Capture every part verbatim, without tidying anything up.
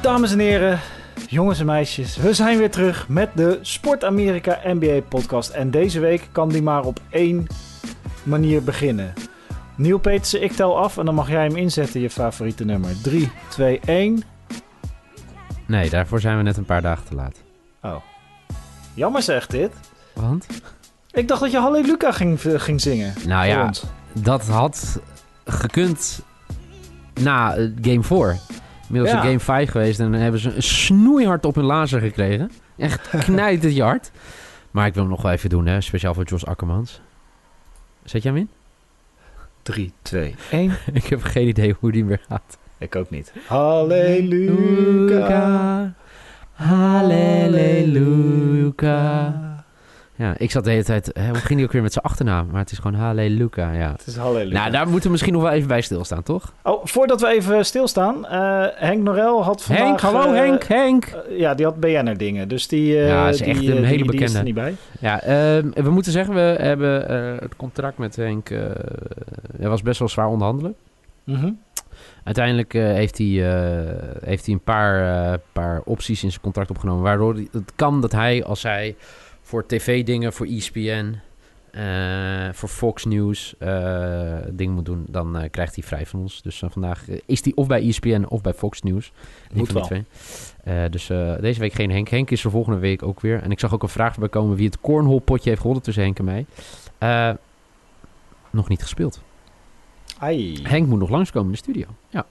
Dames en heren, jongens en meisjes, we zijn weer terug met de Sport Amerika N B A podcast. En deze week kan die maar op één manier beginnen. Neil Petersen, ik tel af en dan mag jij hem inzetten, je favoriete nummer. drie, twee, één. Nee, daarvoor zijn we net een paar dagen te laat. Oh. Jammer zegt dit. Want? Ik dacht dat je Halleluja ging, ging zingen. Nou ja, ons. dat had gekund na uh, game vier. Inmiddels Ja. in game vijf geweest en dan hebben ze een snoeihard op hun lazer gekregen. Echt knijt het je hart. Maar ik wil hem nog wel even doen, hè. Speciaal voor Jos Akkermans. Zet jij hem in? drie, twee, één. Ik heb geen idee hoe die weer gaat. Ik ook niet. Halleluja. Halleluja. Ja, ik zat de hele tijd... Hè, hoe ging die ook weer met zijn achternaam? Maar het is gewoon Halleluja, ja. Het is Halleluja. Nou, daar moeten we misschien nog wel even bij stilstaan, toch? Oh, voordat we even stilstaan. Uh, Henk Norel had vandaag... Henk, hallo uh, Henk, Henk. Uh, ja, die had B N R dingen. Dus die, uh, ja, is die, echt uh, een die, hele die bekende. is er niet bij. Ja, uh, we moeten zeggen, we hebben uh, het contract met Henk... Uh, dat was best wel zwaar onderhandelen. Mm-hmm. Uiteindelijk uh, heeft, hij, uh, heeft hij een paar, uh, paar opties in zijn contract opgenomen. Waardoor die, het kan dat hij, als hij voor tv-dingen, voor E S P N, uh, voor Fox News uh, dingen moet doen, dan uh, krijgt hij vrij van ons. Dus uh, vandaag uh, is hij of bij E S P N of bij Fox News. Moet wel. Uh, dus uh, deze week geen Henk. Henk is er volgende week ook weer. En ik zag ook een vraag voorbij komen wie het cornhole potje heeft gewonnen tussen Henk en mij. Uh, nog niet gespeeld. Ai. Henk moet nog langskomen in de studio. Ja.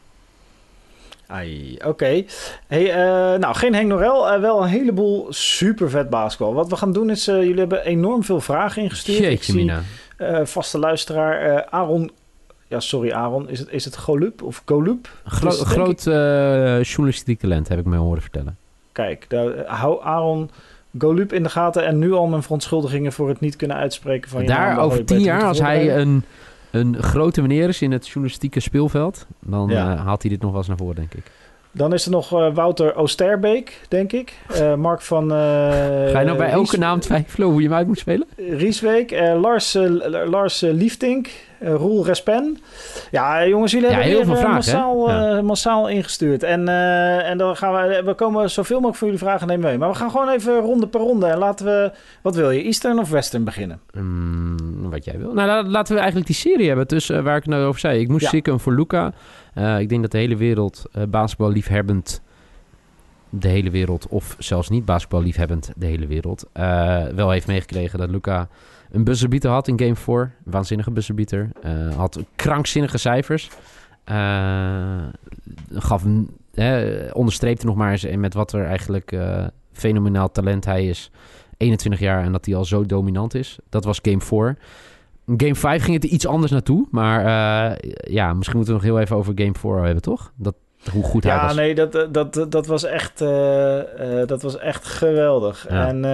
Ai, oké. Okay. Hey, uh, nou, geen Henk Norel, uh, wel een heleboel super vet basketbal. Wat we gaan doen is, uh, jullie hebben enorm veel vragen ingestuurd. Jeetje, Mina. Uh, vaste luisteraar uh, Aaron, ja sorry Aaron, is het, is het Golub of Golub? Gro- dus, groot uh, journalistiek talent, heb ik mij horen vertellen. Kijk, daar, uh, hou Aaron Golub in de gaten en nu al mijn verontschuldigingen voor het niet kunnen uitspreken van je Daar naam. over tien jaar, als hij een, een grote meneer is in het journalistieke speelveld, dan ja. uh, haalt hij dit nog wel eens naar voren, denk ik. Dan is er nog uh, Wouter Oosterbeek, denk ik. Uh, Mark van... Uh, Ga je nou bij elke Ries- naam twijfelen hoe je hem uit moet spelen? Riesweek, uh, Lars, uh, Lars uh, Liefdink, uh, Roel Respen. Ja, jongens, jullie Ja, hebben heel weer veel uh, vragen, massaal, ja. uh, massaal ingestuurd. En, uh, en dan gaan we... We komen zoveel mogelijk voor jullie vragen nemen mee. Maar we gaan gewoon even ronde per ronde. En laten we... Wat wil je? Eastern of Western beginnen? Um, wat jij wil. Nou, la- laten we eigenlijk die serie hebben tussen uh, waar ik het nou over zei. Ik moest Ja. zieken voor Luka. Uh, ik denk dat de hele wereld uh, basketbal liefhebbend... de hele wereld, of zelfs niet basketbal liefhebbend de hele wereld... Uh, wel heeft meegekregen dat Luka een buzzerbeater had in game vier. Waanzinnige buzzerbeater. Uh, had krankzinnige cijfers. Uh, gaf een, eh, onderstreepte nog maar eens met wat er eigenlijk uh, fenomenaal talent hij is. eenentwintig jaar en dat hij al zo dominant is. Dat was game vier. Game vijf ging het er iets anders naartoe. Maar uh, ja, misschien moeten we nog heel even over game vier hebben, toch? Dat, hoe goed hij ja, was. Ja, nee, dat, dat, dat, was echt, uh, uh, dat was echt geweldig. Ja. En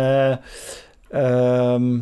uh, um,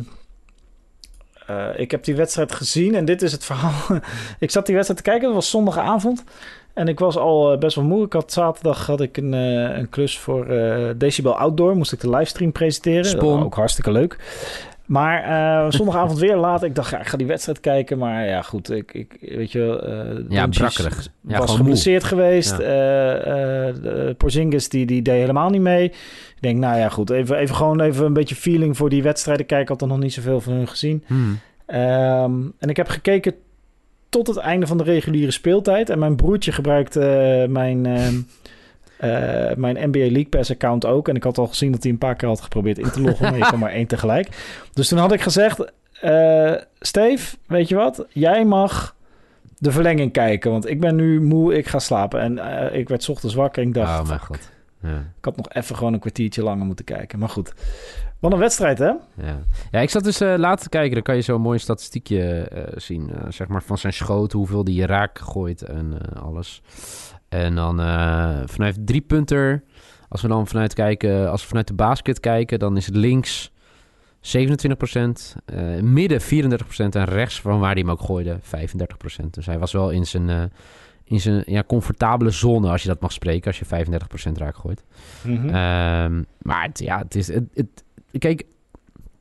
uh, ik heb die wedstrijd gezien en dit is het verhaal. Ik zat die wedstrijd te kijken, het was zondagavond. En ik was al uh, best wel moe. Ik had zaterdag had ik een, uh, een klus voor uh, Decibel Outdoor. Moest ik de livestream presenteren. Spon. Dat was ook hartstikke leuk. Maar uh, zondagavond weer laat. Ik dacht, ja, ik ga die wedstrijd kijken. Maar ja, goed. Ik, ik weet je... Uh, ja, Doncic brakkerig. Ja, was geblesseerd geweest. Ja. Uh, uh, Porzingis, die, die deed helemaal niet mee. Ik denk, nou ja, goed. Even, even gewoon even een beetje feeling voor die wedstrijden kijken. Ik had er nog niet zoveel van hun gezien. Hmm. Um, en ik heb gekeken tot het einde van de reguliere speeltijd. En mijn broertje gebruikt uh, mijn... Uh, Uh, mijn N B A League Pass account ook. En ik had al gezien dat hij een paar keer had geprobeerd in te loggen. Maar je kon maar één tegelijk. Dus toen had ik gezegd... Uh, Steve, weet je wat? Jij mag de verlenging kijken. Want ik ben nu moe, ik ga slapen. En uh, ik werd 's ochtends wakker en ik dacht... Oh, mijn fuck, god. Ja. Ik had nog even gewoon een kwartiertje langer moeten kijken. Maar goed. Wat een wedstrijd, hè? Ja, ja ik zat dus uh, later te kijken. Dan kan je zo'n mooi statistiekje uh, zien. Uh, zeg maar van zijn schoten. Hoeveel die raak gooit en uh, alles. En dan uh, vanuit driepunter, als we dan vanuit kijken, als we vanuit de basket kijken, dan is het links zevenentwintig procent, uh, midden vierendertig procent en rechts van waar hij hem ook gooide vijfendertig procent. Dus hij was wel in zijn, uh, in zijn ja, comfortabele zone, als je dat mag spreken, als je vijfendertig procent raak gooit. Mm-hmm. Um, maar het, ja, het is... Het, het, kijk,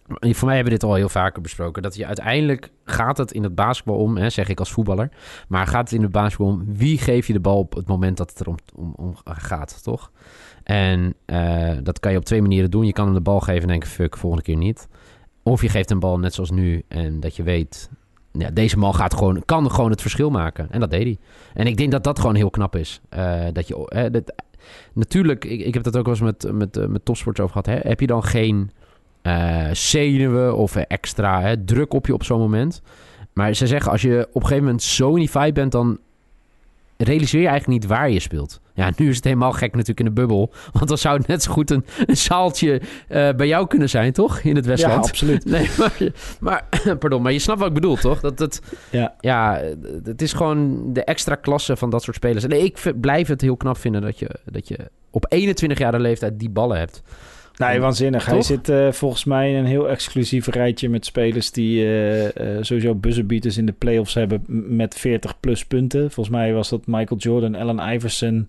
Voor mij hebben we dit al heel vaker besproken. Dat je uiteindelijk gaat het in het basketbal om, hè, zeg ik als voetballer. Maar gaat het in het basketbal om wie geef je de bal op het moment dat het erom om, om gaat, toch? En uh, dat kan je op twee manieren doen. Je kan hem de bal geven en denken, fuck, volgende keer niet. Of je geeft een bal net zoals nu en dat je weet, ja, deze man gaat gewoon, kan gewoon het verschil maken. En dat deed hij. En ik denk dat dat gewoon heel knap is. Uh, dat je, uh, dat, natuurlijk, ik, ik heb dat ook wel eens met, met, uh, met topsports over gehad. Hè? Heb je dan geen uh, zenuwen of uh, extra hè, druk op je op zo'n moment? Maar ze zeggen, als je op een gegeven moment zo in die vibe bent, dan realiseer je eigenlijk niet waar je speelt. Ja, nu is het helemaal gek natuurlijk in de bubbel. Want dan zou het net zo goed een, een zaaltje uh, bij jou kunnen zijn, toch? In het Westland. Ja, absoluut. Nee, maar, maar, pardon, maar je snapt wat ik bedoel, toch? Dat, dat, ja. ja, het is gewoon de extra klasse van dat soort spelers. En ik v- blijf het heel knap vinden dat je, dat je op eenentwintigjarige leeftijd die ballen hebt. Nee, waanzinnig. Toch? Hij zit uh, volgens mij in een heel exclusief rijtje met spelers die uh, uh, sowieso buzzerbeaters in de playoffs hebben met veertig plus punten. Volgens mij was dat Michael Jordan, Allen Iverson,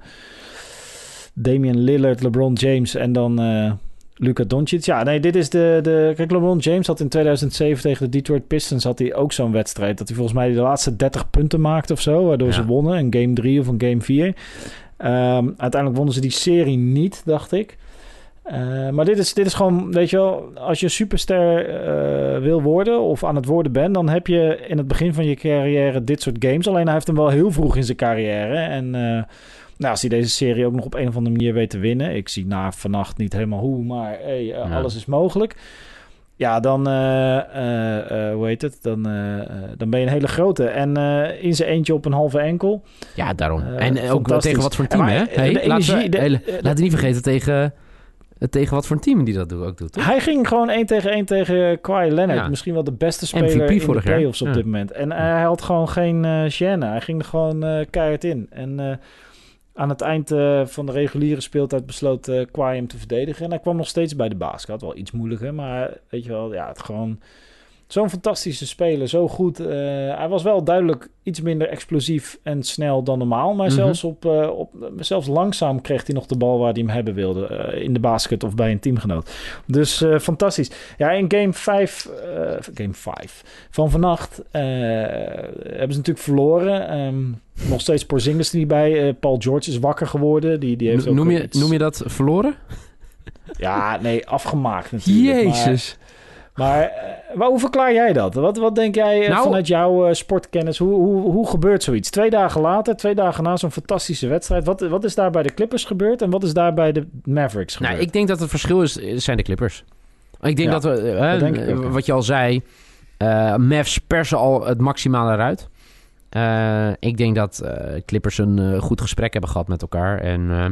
Damian Lillard, LeBron James en dan uh, Luka Doncic. Ja, nee, dit is de, de... Kijk, LeBron James had in tweeduizend zeven tegen de Detroit Pistons had hij ook zo'n wedstrijd. Dat hij volgens mij de laatste dertig punten maakte of zo, waardoor ja. ze wonnen. Een game drie of een game vier. Um, uiteindelijk wonnen ze die serie niet, dacht ik. Uh, maar dit is, dit is gewoon, weet je wel, als je een superster uh, wil worden of aan het worden bent, dan heb je in het begin van je carrière dit soort games. Alleen hij heeft hem wel heel vroeg in zijn carrière. En uh, nou, als hij deze serie ook nog op een of andere manier weet te winnen, ik zie na vannacht niet helemaal hoe, maar hey, uh, ja. alles is mogelijk. Ja, dan, uh, uh, uh, hoe heet het? Dan, uh, uh, dan ben je een hele grote. En uh, in zijn eentje op een halve enkel. Ja, daarom. Uh, en ook tegen wat voor team, maar, hè? Hey, de energie, laten we, de, de, laten we niet vergeten tegen... Tegen wat voor een team die dat ook doet, toch? Hij ging gewoon één tegen één tegen Kawhi Leonard. Ja. Misschien wel de beste speler M V P in de playoffs op ja. dit moment. En uh, hij had gewoon geen uh, gêne. Hij ging er gewoon uh, keihard in. En uh, aan het eind uh, van de reguliere speeltijd besloot uh, Kawhi hem te verdedigen. En hij kwam nog steeds bij de basket. Had wel iets moeilijker, maar weet je wel, ja, het gewoon... Zo'n fantastische speler, zo goed. Uh, hij was wel duidelijk iets minder explosief en snel dan normaal. Maar mm-hmm. zelfs, op, uh, op, zelfs langzaam kreeg hij nog de bal waar hij hem hebben wilde. Uh, in de basket of bij een teamgenoot. Dus uh, fantastisch. Ja, in game vijf, uh, game vijf van vannacht uh, hebben ze natuurlijk verloren. Um, nog steeds Porzingis er niet bij. Uh, Paul George is wakker geworden. Die, die heeft noem, ook je, iets... noem je dat verloren? Ja, nee, afgemaakt natuurlijk. Jezus. Maar... Maar, maar hoe verklaar jij dat? Wat, wat denk jij nou, vanuit jouw uh, sportkennis? Hoe, hoe, hoe gebeurt zoiets? Twee dagen later, twee dagen na zo'n fantastische wedstrijd. Wat, wat is daar bij de Clippers gebeurd en wat is daar bij de Mavericks gebeurd? Nou, ik denk dat het verschil is, zijn de Clippers. Ik denk ja, dat we, uh, dat denk ik ook. Wat je al zei, uh, Mavs persen al het maximale eruit. Uh, ik denk dat uh, Clippers een uh, goed gesprek hebben gehad met elkaar. En uh,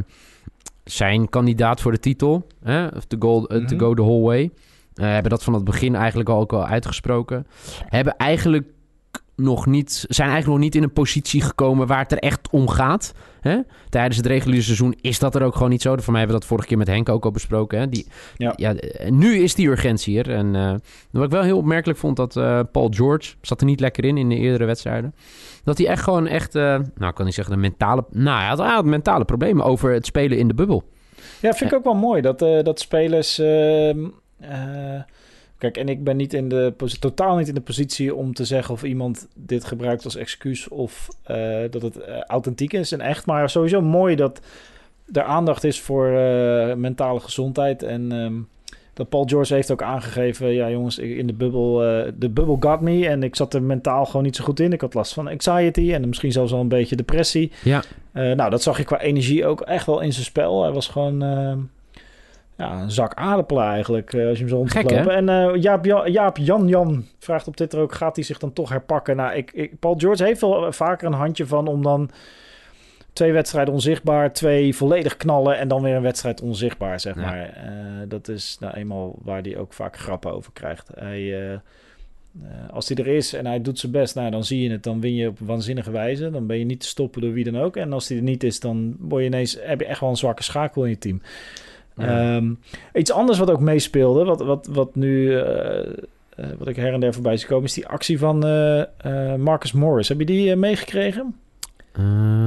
zijn kandidaat voor de titel, uh, to, go, uh, mm-hmm. to go the whole way... Uh, hebben dat van het begin eigenlijk al ook al uitgesproken. Hebben eigenlijk nog niet, zijn eigenlijk nog niet in een positie gekomen waar het er echt om gaat. Hè? Tijdens het reguliere seizoen is dat er ook gewoon niet zo. Voor mij hebben we dat vorige keer met Henk ook al besproken. Hè? Die, ja. Ja, nu is die urgentie er. En uh, wat ik wel heel opmerkelijk vond, dat uh, Paul George zat er niet lekker in in de eerdere wedstrijden. Dat hij echt gewoon echt, uh, nou ik kan niet zeggen de mentale, nou hij had, hij had mentale problemen over het spelen in de bubbel. Ja, vind ik ook wel mooi dat, uh, dat spelers... Uh... Uh, kijk, en ik ben niet in de totaal niet in de positie om te zeggen of iemand dit gebruikt als excuus of uh, dat het uh, authentiek is en echt. Maar sowieso mooi dat er aandacht is voor uh, mentale gezondheid. En um, dat Paul George heeft ook aangegeven, ja jongens, in de bubbel, uh, de bubbel got me. En ik zat er mentaal gewoon niet zo goed in. Ik had last van anxiety en misschien zelfs wel een beetje depressie. Ja. Uh, nou, dat zag je qua energie ook echt wel in zijn spel. Hij was gewoon... Uh, Ja, een zak aardappelen eigenlijk, uh, als je hem zo rondlopen. En uh, Jaap, Jaap Jan Jan vraagt op Twitter ook, gaat hij zich dan toch herpakken? Nou, ik, ik, Paul George heeft wel vaker een handje van om dan twee wedstrijden onzichtbaar, twee volledig knallen en dan weer een wedstrijd onzichtbaar, zeg ja. maar. Uh, dat is nou eenmaal waar hij ook vaak grappen over krijgt. Hij, uh, uh, als hij er is en hij doet zijn best, nou, dan zie je het, dan win je op waanzinnige wijze. Dan ben je niet te stoppen door wie dan ook. En als hij er niet is, dan word je ineens, heb je echt wel een zwakke schakel in je team. Ja. Um, iets anders wat ook meespeelde, wat, wat, wat nu, uh, uh, wat ik her en der voorbij zie komen, is die actie van uh, uh, Marcus Morris. Heb je die uh, meegekregen? Uh,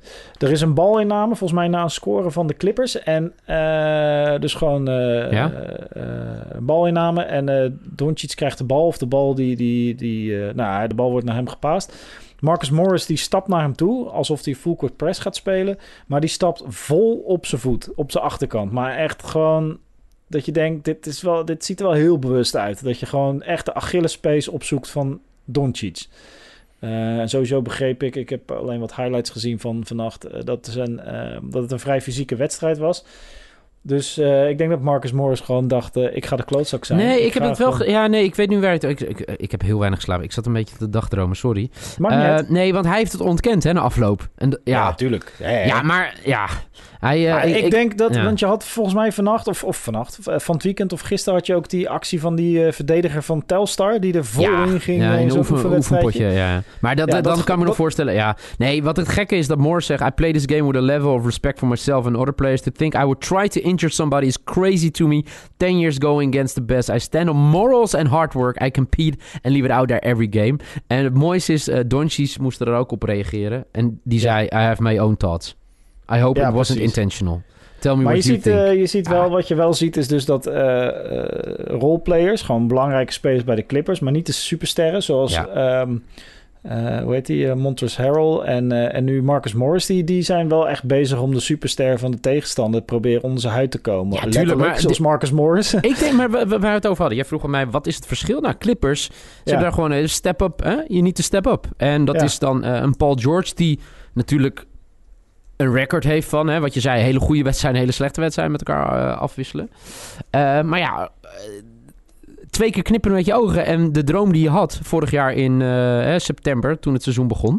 er is een balinname, volgens mij na een score van de Clippers. En uh, dus gewoon uh, ja? uh, uh, een balinname. En uh, Doncic krijgt de bal. Of de bal die... die, die uh, nou, de bal wordt naar hem gepaast. Marcus Morris die stapt naar hem toe, alsof hij full court press gaat spelen. Maar die stapt vol op zijn voet, op zijn achterkant. Maar echt gewoon dat je denkt, dit, is wel, dit ziet er wel heel bewust uit. Dat je gewoon echt de Achillespees opzoekt van Doncic. Uh, en sowieso begreep ik, ik heb alleen wat highlights gezien van vannacht, uh, dat, is een, uh, dat het een vrij fysieke wedstrijd was. Dus uh, ik denk dat Marcus Morris gewoon dacht, uh, ik ga de klootzak zijn. Nee, ik, ik heb het wel... gewoon... Ge- ja, nee, ik weet nu waar het... Ik, ik, ik heb heel weinig geslapen. Ik zat een beetje te dagdromen, sorry. Mag niet uh, uit. Nee, want hij heeft het ontkend, hè, na afloop. En d- ja, Ja, tuurlijk. Ja, ja. ja, maar ja... Hij, uh, Maar ik, ik, ik denk dat, ja. want je had volgens mij vannacht, of, of vannacht, van het weekend of gisteren had je ook die actie van die uh, verdediger van Telstar, die er vol ja, in ging. Ja, in in een zo'n oefen, oefenwedstrijdje. oefenpotje, ja. Maar dat, Ja, dat, dat- dan kan ik me nog dat- voorstellen, ja. Nee, wat het gekke is dat Morris zegt... I play this game with a level of respect for myself and other players. To think I would try to injure somebody is crazy to me. Ten years going against the best. I stand on morals and hard work. I compete and leave it out there every game. En het mooiste is, uh, Doncic moest er ook op reageren. En die Ja. zei, I have my own thoughts. I hope Ja, it wasn't precies. intentional. Tell me Maar je what you ziet, think. uh, je ziet wel, Ah. wat je wel ziet is dus dat uh, uh, roleplayers, gewoon belangrijke spelers bij de Clippers, maar niet de supersterren, zoals, Ja. um, uh, hoe heet die, uh, Montrezl Harrell en, uh, en nu Marcus Morris, die, die zijn wel echt bezig om de superster van de tegenstander te proberen onder zijn huid te komen. Ja, tuurlijk, Letterlijk, maar zoals de- Marcus Morris. Ik denk, maar waar we het over hadden. Jij vroeg aan mij, wat is het verschil? Nou, Clippers, ze Ja. hebben daar gewoon een step up. Hè? Je niet te step up. En dat Ja. is dan uh, een Paul George die natuurlijk een record heeft van, hè, wat je zei, hele goede wedstrijden, hele slechte wedstrijden met elkaar uh, afwisselen. Uh, maar ja, uh, twee keer knippen met je ogen en de droom die je had vorig jaar in uh, september, toen het seizoen begon.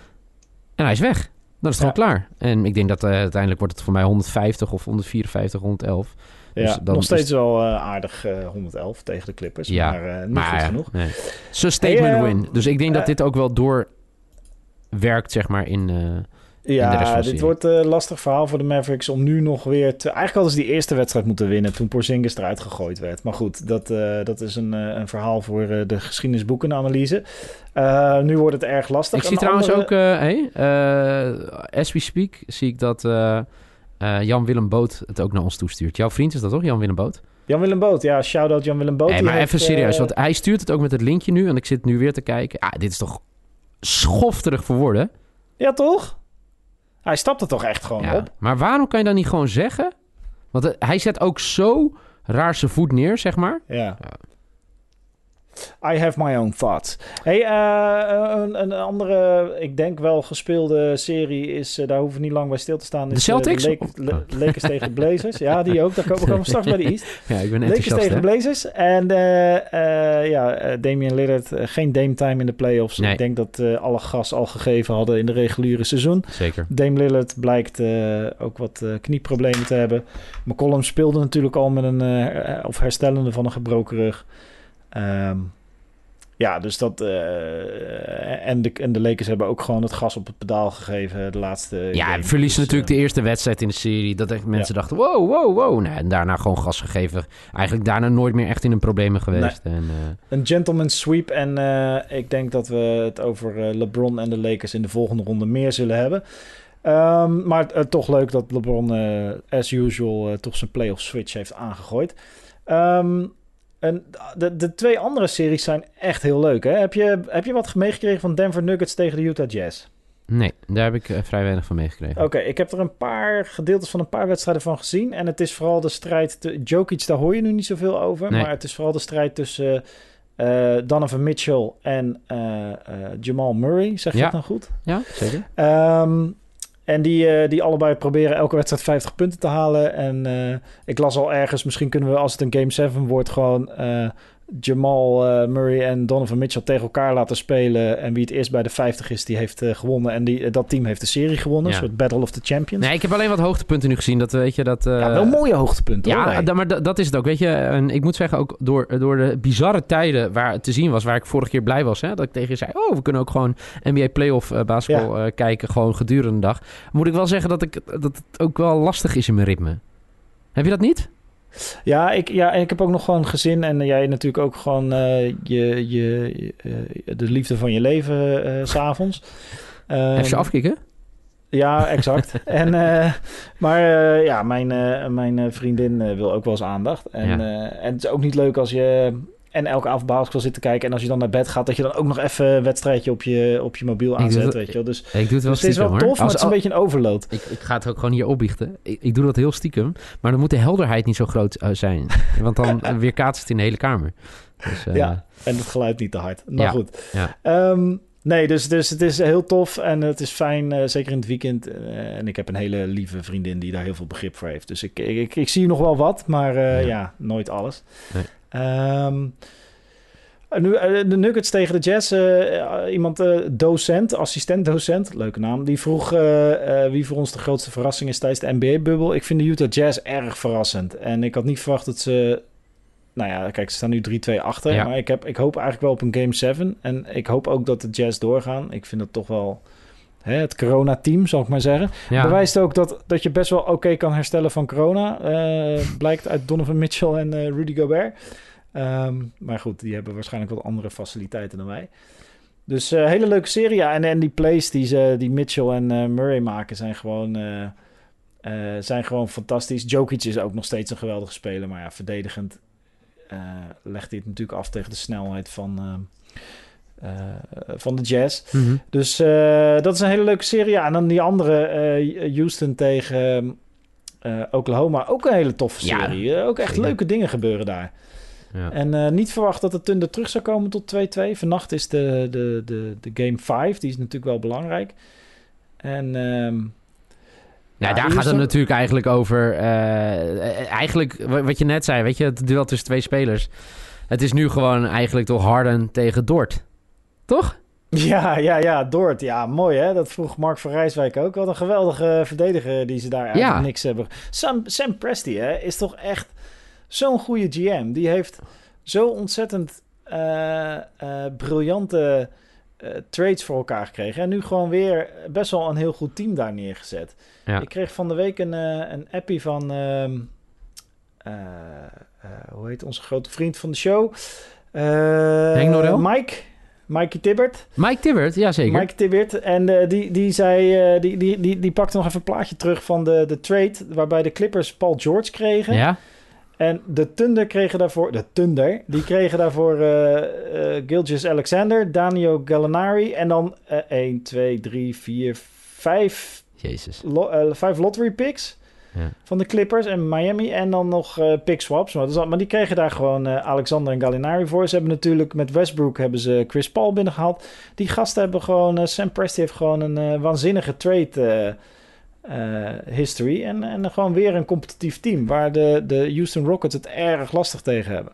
En hij is weg. Dan is het Ja. gewoon klaar. En ik denk dat uh, uiteindelijk wordt het voor mij honderdvijftig of honderdvierenvijftig, honderdellf. Ja, Dus dan nog steeds is- wel uh, aardig uh, honderd-elf tegen de Clippers, Ja, maar uh, niet Maar goed ja, genoeg. nee. Zo'n statement Hey, uh, win. Dus ik denk dat uh, dit ook wel doorwerkt, zeg maar, in... Uh, in de rest van Ja, de dit serie. wordt een lastig verhaal voor de Mavericks om nu nog weer te... Eigenlijk hadden ze die eerste wedstrijd moeten winnen toen Porzingis eruit gegooid werd. Maar goed, dat, uh, dat is een, uh, een verhaal voor uh, de geschiedenisboekenanalyse. Uh, nu wordt het erg lastig. ik zie Een trouwens andere- ook, uh, hey, uh, as we speak, zie ik dat uh, uh, Jan-Willem Boot het ook naar ons toestuurt. Jouw vriend is dat toch, Jan-Willem Boot? Jan-Willem Boot, ja, shout-out Jan-Willem Boot. Nee, Die maar heeft, even serieus, uh, want hij stuurt het ook met het linkje nu en ik zit nu weer te kijken. Ah, dit is toch schofterig voor woorden? Ja, toch? Hij stapt er toch echt gewoon Ja. op? Maar waarom kan je dan niet gewoon zeggen? Want uh, hij zet ook zo raar zijn voet neer, zeg maar. Ja. I have my own thoughts. Hey, uh, een, een andere, ik denk wel gespeelde serie is, uh, daar hoeven we niet lang bij stil te staan. De Is, uh, Celtics? de Lake- Le- Lakers tegen de Blazers. Ja, die ook. Daar komen we komen straks bij de East. Ja, ik ben Lakers enthousiast, tegen de hè? Blazers. En uh, uh, ja, uh, Damian Lillard, uh, geen Dame time in de playoffs. Nee. Ik denk dat uh, alle gas al gegeven hadden in de reguliere seizoen. Zeker. Dame Lillard blijkt uh, ook wat uh, knieproblemen te hebben. McCollum speelde natuurlijk al met een, uh, of herstellende van een gebroken rug. Um, ja, dus dat... Uh, en, de, en de Lakers hebben ook gewoon het gas op het pedaal gegeven de laatste Ja, game. verliezen Dus, natuurlijk uh, de eerste wedstrijd in de serie. Dat echt mensen Ja. dachten, wow, wow, wow. Nee, en daarna gewoon gas gegeven. Eigenlijk daarna nooit meer echt in een problemen geweest. En, uh, Een gentleman's sweep. En uh, ik denk dat we het over uh, LeBron en de Lakers in de volgende ronde meer zullen hebben. Um, maar uh, toch leuk dat LeBron, uh, as usual, uh, toch zijn playoff switch heeft aangegooid. Um, en de, de twee andere series zijn echt heel leuk. Hè? Heb je, heb je wat meegekregen van Denver Nuggets tegen de Utah Jazz? nee, daar heb ik uh, vrij weinig van meegekregen. Oké, okay, ik heb er een paar gedeeltes van een paar wedstrijden van gezien. En het is vooral de strijd... Te, Jokic, daar hoor je nu niet zoveel over. Nee. Maar het is vooral de strijd tussen uh, Donovan Mitchell en uh, uh, Jamal Murray. Zeg je Ja. dat nou goed? Ja, zeker. Um, en die, uh, die allebei proberen elke wedstrijd vijftig punten te halen. En uh, ik las al ergens, misschien kunnen we als het een game zeven wordt... gewoon uh, Jamal uh, Murray en Donovan Mitchell tegen elkaar laten spelen. En wie het eerst bij de vijftig is, die heeft uh, gewonnen. En die, uh, dat team heeft de serie gewonnen. Ja. Een soort Battle of the Champions. Nee, ik heb alleen wat hoogtepunten nu gezien. Dat weet je, dat... Uh, Ja, wel mooie hoogtepunten. Ja, hoor, nee. da, maar da, dat is het ook. Weet je, en ik moet zeggen, ook door, door de bizarre tijden waar het te zien was, waar ik vorige keer blij was, hè, dat ik tegen je zei, oh, we kunnen ook gewoon N B A playoff uh, basketbal Ja. uh, kijken, gewoon gedurende de dag. Moet ik wel zeggen dat, ik, dat het ook wel lastig is in mijn ritme. Heb je dat niet? Ja, ik, ja, en ik heb ook nog gewoon gezin. En uh, jij natuurlijk ook gewoon uh, je, je, uh, de liefde van je leven uh, 's avonds. Um, Even je afkicken? Ja, exact. en, uh, maar uh, ja, mijn, uh, mijn uh, vriendin uh, wil ook wel eens aandacht. En, ja. uh, en het is ook niet leuk als je... En elke avond basketbal zit te kijken. En als je dan naar bed gaat, dat je dan ook nog even een wedstrijdje op je, op je mobiel aanzet. Het, weet je wel. Dus, ik doe het, wel dus stiekem, het is wel tof, hoor. maar als, het is een beetje een overload. Ik, ik ga het ook gewoon hier opbiechten. Ik, ik doe dat heel stiekem. Maar dan moet de helderheid niet zo groot uh, zijn. Want dan weerkaatst het in de hele kamer. Dus, uh, ja, en het geluid niet te hard. Maar ja, goed. Ja. Um, nee, dus, dus het is heel tof en het is fijn, uh, zeker in het weekend. Uh, en ik heb een hele lieve vriendin die daar heel veel begrip voor heeft. Dus ik, ik, ik, ik zie nog wel wat, maar uh, ja. ja, nooit alles. Nee. Um, Nu, de Nuggets tegen de Jazz. Uh, iemand, uh, docent, assistent-docent, leuke naam. Die vroeg uh, uh, wie voor ons de grootste verrassing is tijdens de N B A-bubbel. Ik vind de Utah Jazz erg verrassend. En ik had niet verwacht dat ze... Nou ja, kijk, ze staan nu drie twee achter. Ja. Maar ik, heb, ik hoop eigenlijk wel op een game zeven. En ik hoop ook dat de Jazz doorgaan. Ik vind dat toch wel... Hè, het corona-team, zal ik maar zeggen. Ja. Bewijst ook dat, dat je best wel oké okay kan herstellen van corona. Uh, blijkt uit Donovan Mitchell en uh, Rudy Gobert. Um, maar goed, die hebben waarschijnlijk wat andere faciliteiten dan wij. Dus uh, hele leuke serie. Ja. En, en die plays die, ze, die Mitchell en uh, Murray maken zijn gewoon, uh, uh, zijn gewoon fantastisch. Jokic is ook nog steeds een geweldige speler. Maar ja, verdedigend uh, legt hij het natuurlijk af tegen de snelheid van, uh, uh, van de Jazz. Mm-hmm. Dus uh, dat is een hele leuke serie. Ja, en dan die andere, uh, Houston tegen uh, Oklahoma. Ook een hele toffe serie. Ja, uh, ook echt zeker. Leuke dingen gebeuren daar. Ja. En uh, niet verwacht dat de Thunder terug zou komen tot twee twee. Vannacht is de, de, de, de game vijf. Die is natuurlijk wel belangrijk. En... Um, ja, ja, daar gaat het er... natuurlijk eigenlijk over. Uh, eigenlijk, wat je net zei, weet je, het duel tussen twee spelers. Het is nu gewoon eigenlijk toch Harden tegen Dort. Toch? Ja, ja, ja, Dort. Ja, mooi hè. Dat vroeg Mark van Rijswijk ook. Wat een geweldige verdediger die ze daar eigenlijk ja. niks hebben. Sam, Sam Presti hè, is toch echt zo'n goede G M. Die heeft zo ontzettend uh, uh, briljante uh, trades voor elkaar gekregen. En nu gewoon weer best wel een heel goed team daar neergezet. Ja. Ik kreeg van de week een, uh, een appie van... Uh, uh, uh, hoe heet onze grote vriend van de show? Uh, Henk Norel? Mike... Mikey Tibbert. Mike Tibbert, ja zeker. Mike Tibbert. En uh, die, die zei, uh, die, die, die, die pakte nog even een plaatje terug van de, de trade waarbij de Clippers Paul George kregen. Ja. En de Thunder kregen daarvoor, de Thunder, die kregen daarvoor uh, uh, Gilgeous-Alexander, Danilo Gallinari en dan uh, één, twee, drie, vier, vijf, Jezus. Lo- uh, vijf lottery picks. Ja. Van de Clippers en Miami. En dan nog uh, pick swaps. Maar, dat, maar die kregen daar gewoon uh, Alexander en Gallinari voor. Ze hebben natuurlijk met Westbrook hebben ze Chris Paul binnengehaald. Die gasten hebben gewoon... Uh, Sam Presti heeft gewoon een uh, waanzinnige trade uh, uh, history. En, en gewoon weer een competitief team. Waar de, de Houston Rockets het erg lastig tegen hebben.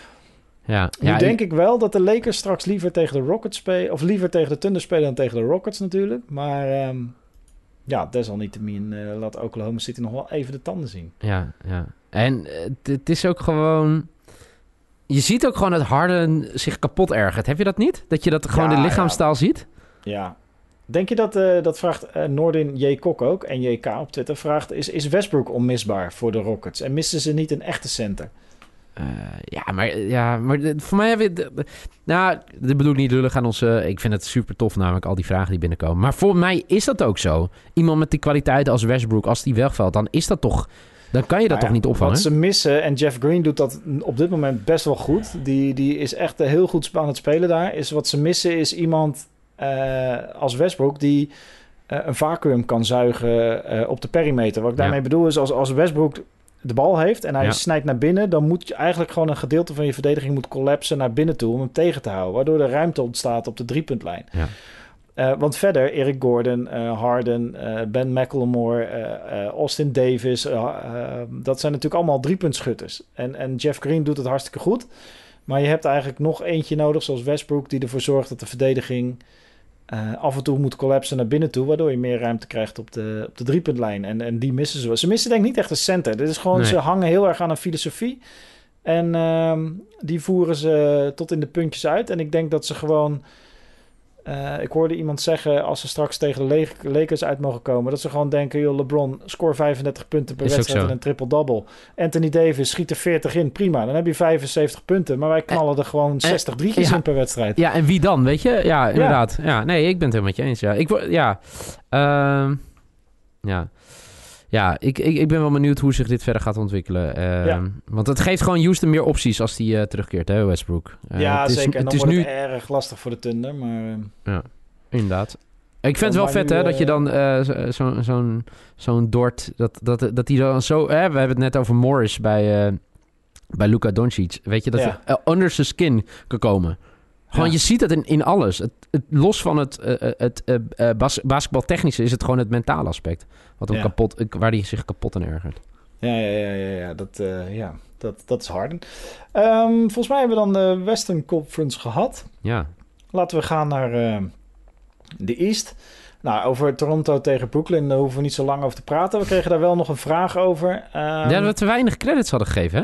Ja, nu ja, denk ik... ik wel dat de Lakers straks liever tegen de Rockets spelen. Of liever tegen de Thunder spelen dan tegen de Rockets natuurlijk. Maar... Um, ja, desalniettemin uh, laat Oklahoma City nog wel even de tanden zien. Ja, ja. En het uh, is ook gewoon... Je ziet ook gewoon dat Harden zich kapot ergert. Heb je dat niet? Dat je dat gewoon ja, de lichaamstaal ja. ziet? Ja. Denk je dat... Uh, dat vraagt uh, Noordin J. Kok ook. En J K op Twitter vraagt... Is, is Westbrook onmisbaar voor de Rockets? En missen ze niet een echte center? Uh, ja, maar, ja, maar voor mij hebben we... Nou, dat bedoel ik niet lullig aan onze... Ik vind het super tof namelijk, al die vragen die binnenkomen. Maar voor mij is dat ook zo. Iemand met die kwaliteiten als Westbrook, als die wegvalt... dan is dat toch... Dan kan je dat nou toch ja, niet opvangen? Wat ze missen, en Jeff Green doet dat op dit moment best wel goed. Die, die is echt heel goed aan het spelen daar. Is wat ze missen is iemand uh, als Westbrook... die uh, een vacuüm kan zuigen uh, op de perimeter. Wat ik daarmee ja. bedoel is, als, als Westbrook... de bal heeft en hij ja. snijdt naar binnen... dan moet je eigenlijk gewoon een gedeelte van je verdediging... moet collapsen naar binnen toe om hem tegen te houden. Waardoor er ruimte ontstaat op de driepuntlijn. Ja. Uh, want verder, Eric Gordon, uh, Harden, uh, Ben McLemore... Uh, uh, Austin Davis... Uh, uh, dat zijn natuurlijk allemaal driepuntschutters. En, en Jeff Green doet het hartstikke goed. Maar je hebt eigenlijk nog eentje nodig... zoals Westbrook, die ervoor zorgt dat de verdediging... Uh, af en toe moet collapsen naar binnen toe... waardoor je meer ruimte krijgt op de, op de driepuntlijn. En, en die missen ze. Ze missen denk ik niet echt een center. Dit is gewoon, nee. Ze hangen heel erg aan een filosofie. En uh, die voeren ze tot in de puntjes uit. En ik denk dat ze gewoon... Uh, ik hoorde iemand zeggen... als ze straks tegen de Lakers uit mogen komen... dat ze gewoon denken... joh, LeBron, score vijfendertig punten per is wedstrijd... en een triple-double. Anthony Davis schiet er veertig in. Prima, dan heb je vijfenzeventig punten. Maar wij knallen er gewoon zestig drietjes ja, in per wedstrijd. Ja, en wie dan, weet je? Ja, inderdaad. Ja. Ja, nee, ik ben het helemaal met je eens. Ja, ik, ja uh, Ja, ja ik, ik, ik ben wel benieuwd hoe zich dit verder gaat ontwikkelen. Uh, ja. Want het geeft gewoon Houston meer opties als die uh, terugkeert, hè, Westbrook. Uh, ja, het is, zeker. En dan het is wordt nu... het erg lastig voor de Thunder, maar... Uh... Ja, inderdaad. Ik vind het wel vet, nu, hè, uh... dat je dan uh, zo'n zo, zo'n zo'n Dort... Dat, dat, dat die dan zo... Hè, we hebben het net over Morris bij, uh, bij Luka Doncic. Weet je, dat ja. je uh, under zijn skin kan komen. Gewoon, ja. je ziet het in, in alles. Het, het, los van het, uh, het uh, uh, bas, basketbaltechnische is het gewoon het mentale aspect. Wat hem ja. kapot, waar hij zich kapot aan ergert. Ja, ja, ja, ja, ja. Dat, uh, ja. dat, dat is Harden. Um, volgens mij hebben we dan de Western Conference gehad. Ja. Laten we gaan naar uh, de East. Nou, over Toronto tegen Brooklyn, daar hoeven we niet zo lang over te praten. We kregen daar wel nog een vraag over. Um, ja, dat we te weinig credits hadden gegeven, hè?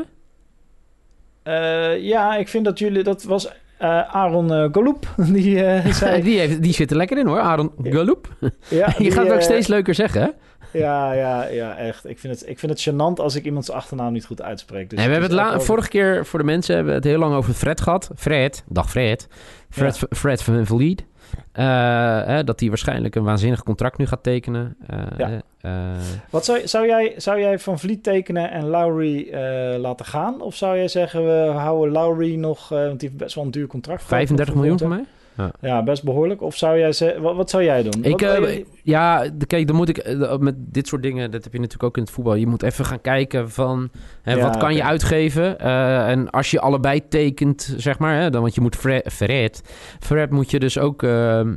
Uh, ja, ik vind dat jullie... Dat was... Uh, Aaron uh, Galloop, die uh, zei... die, heeft, die zit er lekker in, hoor. Aaron Galloop. Ja, je die, gaat het ook uh, steeds leuker zeggen, hè? Ja, ja, ja, echt. Ik vind het, ik vind het gênant als ik iemands achternaam niet goed uitspreek. Dus nee, we hebben het la- over... vorige keer, voor de mensen, hebben we het heel lang over Fred gehad. Fred, dag Fred. Fred, ja. Fred van Vliet. Uh, dat hij waarschijnlijk een waanzinnig contract nu gaat tekenen. Uh, ja. uh, Wat zou, zou, jij, zou jij Van Vliet tekenen en Lowry uh, laten gaan? Of zou jij zeggen, we houden Lowry nog... Uh, want die heeft best wel een duur contract. vijfendertig miljoen voor mij? Ja. ja, best behoorlijk. Of zou jij ze, wat, wat zou jij doen? Ik, wat, uh, ja, kijk, dan moet ik uh, met dit soort dingen, dat heb je natuurlijk ook in het voetbal. Je moet even gaan kijken van hè, ja, wat kan okay. je uitgeven. Uh, en als je allebei tekent, zeg maar, hè, dan, want je moet Fred, Fred, Fred moet je dus ook uh, uh,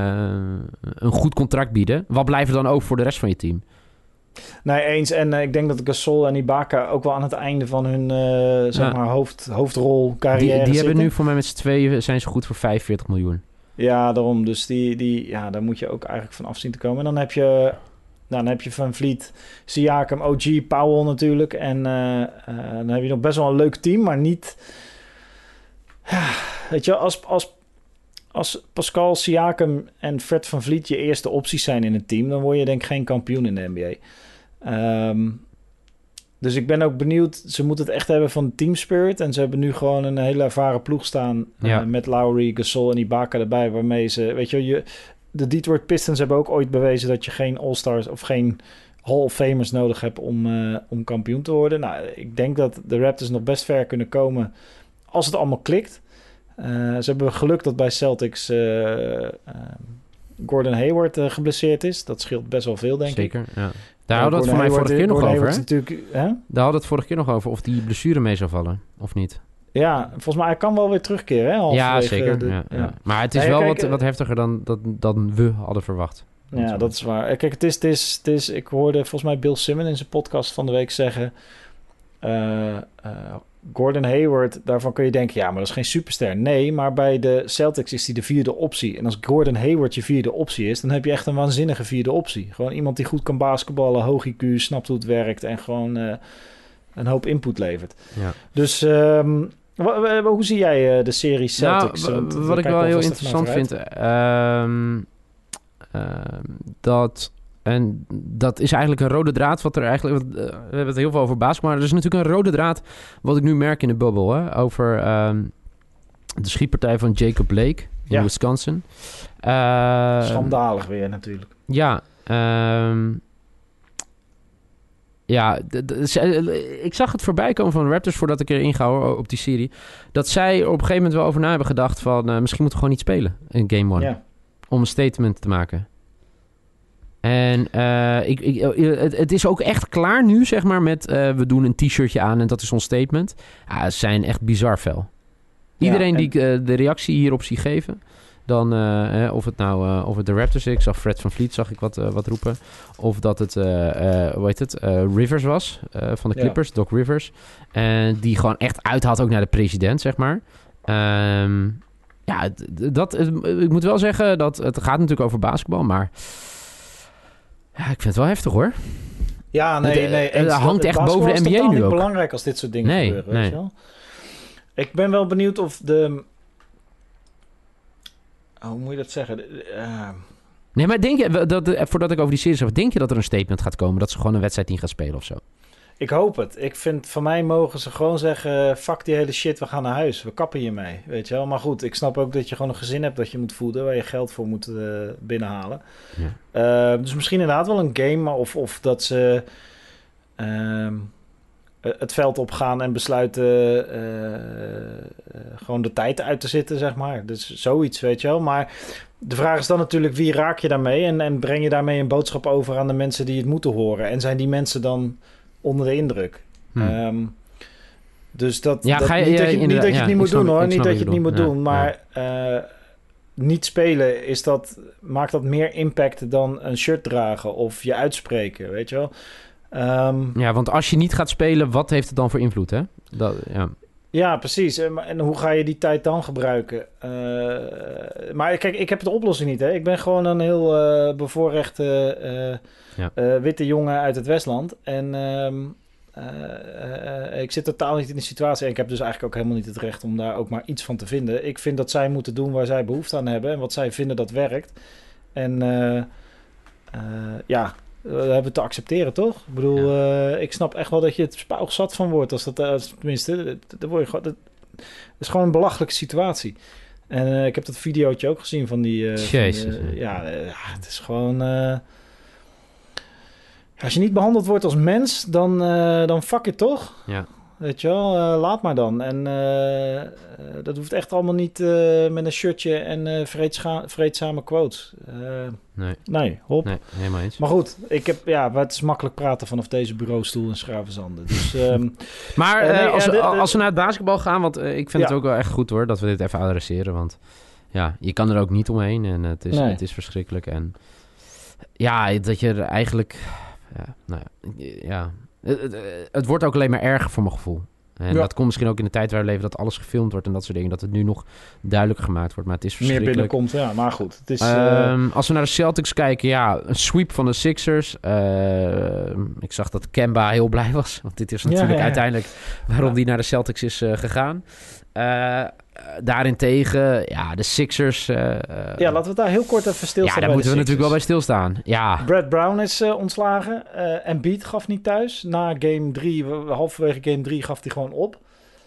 een goed contract bieden. Wat blijft er dan over voor de rest van je team? Nee, eens. En uh, ik denk dat Gasol en Ibaka ook wel aan het einde van hun uh, zeg ja. maar hoofd, hoofdrol carrière Die, die hebben zitten. nu voor mij met z'n tweeën zijn ze goed voor vijfenveertig miljoen. Ja, daarom. Dus die, die, ja, daar moet je ook eigenlijk van af zien te komen. En dan heb je, nou, dan heb je Van Vliet, Siakam, O G, Powell natuurlijk. En uh, uh, dan heb je nog best wel een leuk team, maar niet... Ja, weet je, als, als, als Pascal, Siakam en Fred Van Vliet je eerste opties zijn in het team, dan word je denk ik geen kampioen in de N B A. Um, dus ik ben ook benieuwd. Ze moeten het echt hebben van team spirit. En ze hebben nu gewoon een hele ervaren ploeg staan. Ja. Uh, met Lowry, Gasol en Ibaka erbij. Waarmee ze... Weet je, je, de Detroit Pistons hebben ook ooit bewezen dat je geen All-Stars of geen Hall of Famers nodig hebt om, uh, om kampioen te worden. Nou, ik denk dat de Raptors nog best ver kunnen komen als het allemaal klikt. Uh, ze hebben geluk dat bij Celtics uh, uh, Gordon Hayward uh, geblesseerd is. Dat scheelt best wel veel, denk Zeker, ik. Zeker, ja. Daar hadden we het voor mij vorige keer nog over, hè? Natuurlijk, hè? Daar hadden we het vorige keer nog over of die blessure mee zou vallen, of niet. Ja, volgens mij hij kan wel weer terugkeren, hè? Ja, zeker. De, ja, ja. Ja. Maar het is ja, wel kijk, wat, wat heftiger dan, dan, dan we hadden verwacht. Ja, dat, dat is waar. Kijk, het is, het, is, het is... Ik hoorde volgens mij Bill Simmons in zijn podcast van de week zeggen... Uh, uh, Gordon Hayward, daarvan kun je denken... ja, maar dat is geen superster. Nee, maar bij de Celtics is hij de vierde optie. En als Gordon Hayward je vierde optie is... dan heb je echt een waanzinnige vierde optie. Gewoon iemand die goed kan basketballen, hoog I Q, snapt hoe het werkt... en gewoon uh, een hoop input levert. Ja. Dus... Um, hoe zie jij uh, de serie Celtics? Nou, w- wat ik wel heel interessant vind... Um, uh, dat... En dat is eigenlijk een rode draad wat er eigenlijk... We hebben het heel veel over basketbal, maar er is natuurlijk een rode draad... wat ik nu merk in de bubbel, hè, over um, de schietpartij van Jacob Blake in ja. Wisconsin. Uh, Schandalig weer natuurlijk. Ja, um, ja, d- d- ik zag het voorbij komen van de Raptors voordat ik erin ga hoor, op die serie. Dat zij op een gegeven moment wel over na hebben gedacht van... Uh, misschien moeten we gewoon niet spelen in game one. Ja. Om een statement te maken. En uh, ik, ik, het, het is ook echt klaar nu, zeg maar, met... Uh, we doen een t-shirtje aan en dat is ons statement. Ja, ze zijn echt bizar fel. Iedereen ja, en... die uh, de reactie hierop zie geven... dan uh, eh, of het nou uh, of het de Raptors is... ik zag Fred van Vliet, zag ik wat, uh, wat roepen... of dat het, uh, uh, hoe heet het, uh, Rivers was... Uh, van de Clippers, ja. Doc Rivers... en die gewoon echt uithaalt ook naar de president, zeg maar... Um, ja, dat, ik moet wel zeggen... dat het gaat natuurlijk over basketbal, maar... ja, ik vind het wel heftig, hoor. Ja, nee, nee. Het hangt echt boven de N B A nu ook. Het is niet belangrijk als dit soort dingen nee, gebeuren, nee. weet je wel? Ik ben wel benieuwd of de... Oh, hoe moet je dat zeggen? Uh... Nee, maar denk je, dat, voordat ik over die series heb... denk je dat er een statement gaat komen... dat ze gewoon een wedstrijd in gaan spelen of zo? Ik hoop het. Ik vind, van mij mogen ze gewoon zeggen... fuck die hele shit, we gaan naar huis. We kappen hiermee, weet je wel. Maar goed, ik snap ook dat je gewoon een gezin hebt... dat je moet voeden, waar je geld voor moet uh, binnenhalen. Ja. Uh, dus misschien inderdaad wel een game... Maar of, of dat ze uh, het veld opgaan en besluiten... Uh, uh, gewoon de tijd uit te zitten, zeg maar. Dus zoiets, weet je wel. Maar de vraag is dan natuurlijk... wie raak je daarmee? En, en breng je daarmee een boodschap over... aan de mensen die het moeten horen? En zijn die mensen dan... onder de indruk. Hmm. Um, dus dat, ja, dat ga je, niet, dat je, ja, niet dat je het ja, niet moet snap, doen hoor. Niet dat je je het niet moet ja, doen. Maar ja. uh, niet spelen is dat, maakt dat meer impact dan een shirt dragen of je uitspreken, weet je wel. Um, ja, want als je niet gaat spelen, wat heeft het dan voor invloed, hè? Dat, ja. Ja, precies. En hoe ga je die tijd dan gebruiken? Uh, maar kijk, ik heb de oplossing niet. Hè? Ik ben gewoon een heel uh, bevoorrechte uh, ja. uh, witte jongen uit het Westland. En um, uh, uh, ik zit totaal niet in die situatie. En ik heb dus eigenlijk ook helemaal niet het recht om daar ook maar iets van te vinden. Ik vind dat zij moeten doen waar zij behoefte aan hebben. En wat zij vinden dat werkt. En uh, uh, ja... Uh, hebben we te accepteren, toch? Ik bedoel, ja. uh, ik snap echt wel dat je het spuugzat van wordt. Als dat, uh, tenminste, dat word je gewoon, dat is gewoon een belachelijke situatie. En uh, ik heb dat videootje ook gezien van die... Uh, Jezus. Van die, uh, ja, uh, het is gewoon... Uh, als je niet behandeld wordt als mens, dan, uh, dan fuck it toch? Ja. Weet je wel, uh, laat maar dan. En uh, uh, dat hoeft echt allemaal niet uh, met een shirtje en uh, vreedscha- vreedzame quotes. Uh, nee. Nee, hop. Nee, helemaal eens. Maar goed, ik heb, ja, het is makkelijk praten vanaf deze bureaustoel in Schravenzanden. Dus, um, maar uh, uh, nee, als, uh, de, de, als we naar het basketbal gaan, want uh, ik vind ja. het ook wel echt goed hoor, dat we dit even adresseren. Want ja, je kan er ook niet omheen en het is, nee. het is verschrikkelijk. En ja, dat je er eigenlijk... Ja, nou ja... ja Het, het, het wordt ook alleen maar erger voor mijn gevoel. En ja. dat komt misschien ook in de tijd waar we leven... dat alles gefilmd wordt en dat soort dingen. Dat het nu nog duidelijker gemaakt wordt. Maar het is verschrikkelijk. Meer binnenkomt, ja. Maar goed. Het is, um, uh... Als we naar de Celtics kijken... ja, een sweep van de Sixers. Uh, ik zag dat Kemba heel blij was. Want dit is natuurlijk ja, ja, ja. uiteindelijk... waarom ja. die naar de Celtics is uh, gegaan. Uh, daarentegen, ja, de Sixers... Uh, ja, laten we daar heel kort even stilstaan. Ja, daar moeten we natuurlijk wel bij stilstaan. Ja. Brad Brown is uh, ontslagen. Uh, Embiid gaf niet thuis. Na game drie, halverwege game drie, gaf hij gewoon op.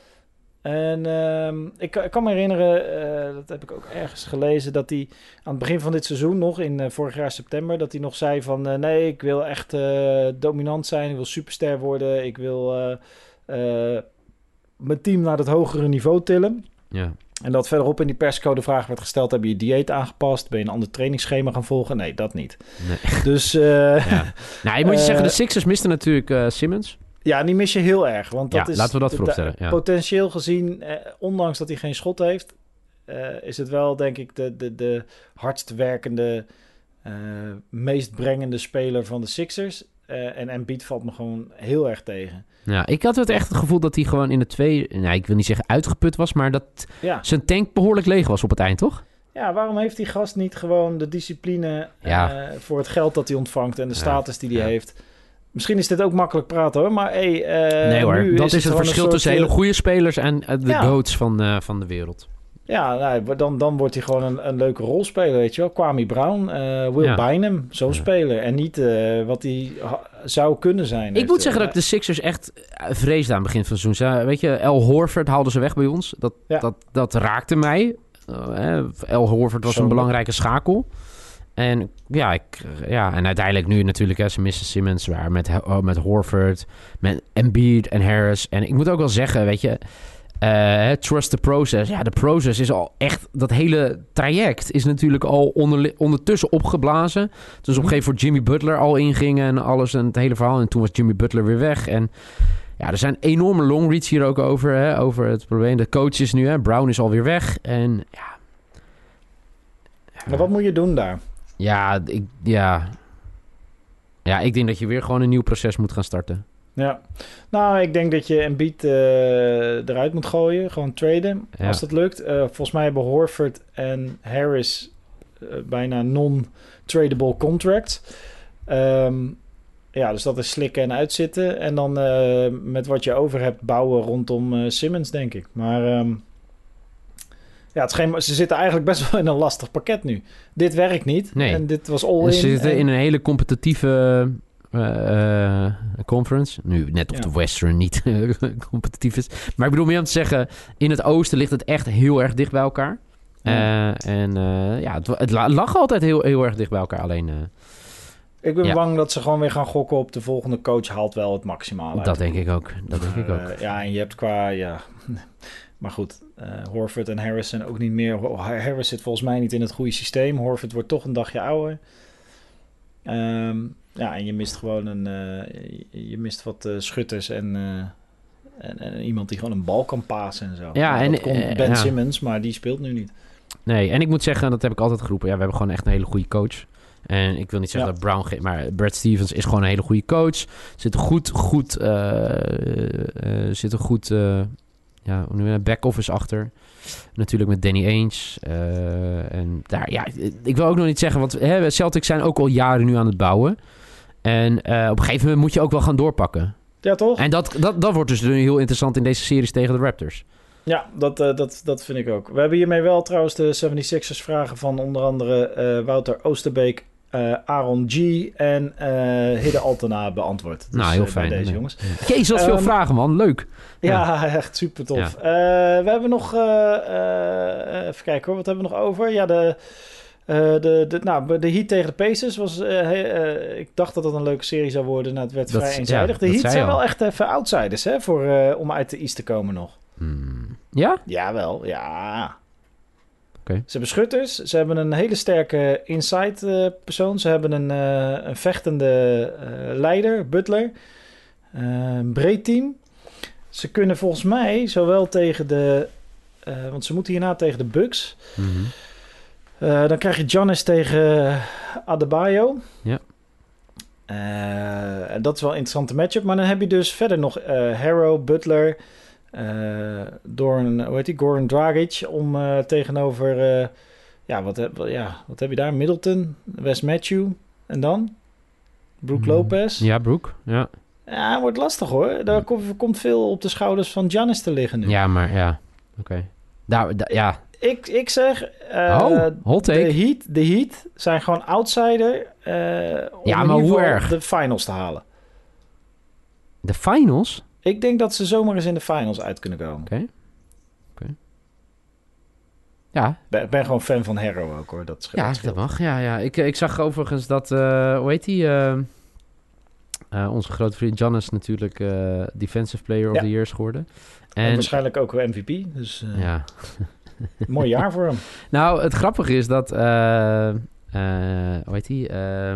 En uh, ik, ik kan me herinneren, uh, dat heb ik ook ergens gelezen... dat hij aan het begin van dit seizoen nog, in uh, vorig jaar september... dat hij nog zei van, uh, nee, ik wil echt uh, dominant zijn. Ik wil superster worden. Ik wil uh, uh, mijn team naar het hogere niveau tillen. Ja. En dat verderop in die perscode de vraag werd gesteld... heb je je dieet aangepast? Ben je een ander trainingsschema gaan volgen? Nee, dat niet. Nee. Dus... Uh, ja. Nou, je moet je uh, zeggen, de Sixers misten natuurlijk uh, Simmons. Ja, die mis je heel erg. Want dat ja, is, laten we dat vooropstellen. Ja. Potentieel gezien, eh, ondanks dat hij geen schot heeft... Uh, is het wel, denk ik, de, de, de hardst werkende... Uh, meest brengende speler van de Sixers... Uh, en Embiid valt me gewoon heel erg tegen. Ja, ik had het echt het gevoel dat hij gewoon in de twee... Nou, ik wil niet zeggen uitgeput was... maar dat ja. zijn tank behoorlijk leeg was op het eind, toch? Ja, waarom heeft die gast niet gewoon de discipline... Ja. Uh, voor het geld dat hij ontvangt... en de status ja. die hij ja. heeft... Misschien is dit ook makkelijk praten hoor, maar hey, uh, nee hoor, nu dat is is het, het verschil tussen hele goede spelers... en uh, de ja. goats van, uh, van de wereld. Ja, nou, dan, dan wordt hij gewoon een, een leuke rolspeler, weet je wel. Kwame Brown, uh, Will ja. Bynum, zo'n ja. speler. En niet uh, wat hij ha- zou kunnen zijn. Ik moet zeggen uh, dat ik de Sixers echt vreesde aan het begin van het seizoen. Weet je, Al Horford haalden ze weg bij ons. Dat, ja. dat, dat raakte mij. Uh, Al Horford was Zo. een belangrijke schakel. En ja, ik, ja, en uiteindelijk nu natuurlijk, hè, ze missen Simmons waar met, oh, met Horford, met Embiid en Harris. En ik moet ook wel zeggen, weet je... Uh, trust the process. Ja, de process is al echt... Dat hele traject is natuurlijk al onder, ondertussen opgeblazen. Dus op een gegeven moment voor Jimmy Butler al inging en alles en het hele verhaal. En toen was Jimmy Butler weer weg. En ja, er zijn enorme long reads hier ook over. Hè, over het probleem. De coach is nu, hè, Brown is alweer weg. En ja... Maar wat moet je doen daar? Ja, ik, ja... Ja, ik denk dat je weer gewoon een nieuw proces moet gaan starten. Ja, nou, ik denk dat je Embiid uh, eruit moet gooien. Gewoon traden, ja. als dat lukt. Uh, volgens mij hebben Horford en Harris uh, bijna non-tradable contracts. Um, ja, dus dat is slikken en uitzitten. En dan uh, met wat je over hebt bouwen rondom uh, Simmons, denk ik. Maar um, ja, het is geen, ze zitten eigenlijk best wel in een lastig pakket nu. Dit werkt niet. Nee. En dit was all-in. Ze zitten en... in een hele competitieve... uh, Conference. Nu net of ja. de Western niet competitief is. Maar ik bedoel meer om te zeggen... in het oosten ligt het echt heel erg dicht bij elkaar. Ja. Uh, en uh, ja, het, het lag altijd heel, heel erg dicht bij elkaar. Alleen... Uh, ik ben ja. bang dat ze gewoon weer gaan gokken op de volgende coach haalt wel het maximale uit. Dat denk ik ook. Dat denk ik ook. Uh, ja, en je hebt qua... Ja... Maar goed, uh, Horford en Harris zijn ook niet meer... Harris zit volgens mij niet in het goede systeem. Horford wordt toch een dagje ouder. Um, ja, en je mist gewoon een... Uh, je mist wat uh, schutters en, uh, en, en iemand die gewoon een bal kan pasen en zo. Ja, en... Dat kon Ben ja. Simmons, maar die speelt nu niet. Nee, en ik moet zeggen, dat heb ik altijd geroepen. Ja, we hebben gewoon echt een hele goede coach. En ik wil niet zeggen ja. dat Brown... Ge- maar Brad Stevens is gewoon een hele goede coach. Zit er goed, goed... Uh, uh, zit er goed... Uh, Ja, nu een back-office achter. Natuurlijk met Danny Ainge. Uh, en daar, ja, ik wil ook nog niet zeggen... want hè, Celtics zijn ook al jaren nu aan het bouwen. En uh, op een gegeven moment moet je ook wel gaan doorpakken. Ja, toch? En dat, dat, dat wordt dus nu heel interessant in deze series tegen de Raptors. Ja, dat, uh, dat, dat vind ik ook. We hebben hiermee wel trouwens de zevenenzeventigers vragen... van onder andere uh, Wouter Oosterbeek... Uh, Aaron G. en uh, Hidde Altena beantwoord. Dus, nou, heel uh, fijn. Deze nee. jongens. Jezus, wat um, veel vragen, man. Leuk. Ja, ja echt super tof. Ja. Uh, we hebben nog... Uh, uh, even kijken hoor, wat hebben we nog over? Ja, de, uh, de, de, nou, de Heat tegen de Pacers was... Uh, uh, ik dacht dat dat een leuke serie zou worden. Nou, het werd dat, vrij eenzijdig. Ja, de Heat zijn al. wel echt even outsiders hè, voor, uh, om uit de East te komen nog. Hmm. Ja? Jawel, ja... Okay. Ze hebben schutters, ze hebben een hele sterke inside uh, persoon. Ze hebben een, uh, een vechtende uh, leider, Butler. Uh, een breed team. Ze kunnen volgens mij zowel tegen de... Uh, want ze moeten hierna tegen de Bucks. Mm-hmm. Uh, dan krijg je Giannis tegen Adebayo. Ja. Uh, en dat is wel een interessante matchup. Maar dan heb je dus verder nog uh, Harrow, Butler... Uh, door een, hoe heet die, Goran Dragic om uh, tegenover, uh, ja, wat heb, ja, wat heb je daar? Middleton, Wes Matthew en dan? Brook Lopez. Ja, Brook, ja. Ja, wordt lastig hoor. Daar komt, komt veel op de schouders van Giannis te liggen nu. Ja, maar ja, oké. Okay. Daar, da, ja. Ik, ik zeg, uh, oh, hot take. De Heat, de Heat zijn gewoon outsider uh, om ja, maar in hoe ieder erg? de finals te halen. De finals? Ik denk dat ze zomaar eens in de finals uit kunnen komen. Oké. Okay. Okay. Ja. Ik ben, ben gewoon fan van Harrow ook hoor. Dat ja, dat mag. Ja, ja. Ik, ik zag overigens dat, uh, hoe heet die? Uh, uh, onze grote vriend Giannis natuurlijk uh, Defensive Player of ja. the Year is geworden. En, en waarschijnlijk ook M V P. Dus uh, ja. mooi jaar voor hem. Nou, het grappige is dat, uh, uh, hoe heet die? Uh,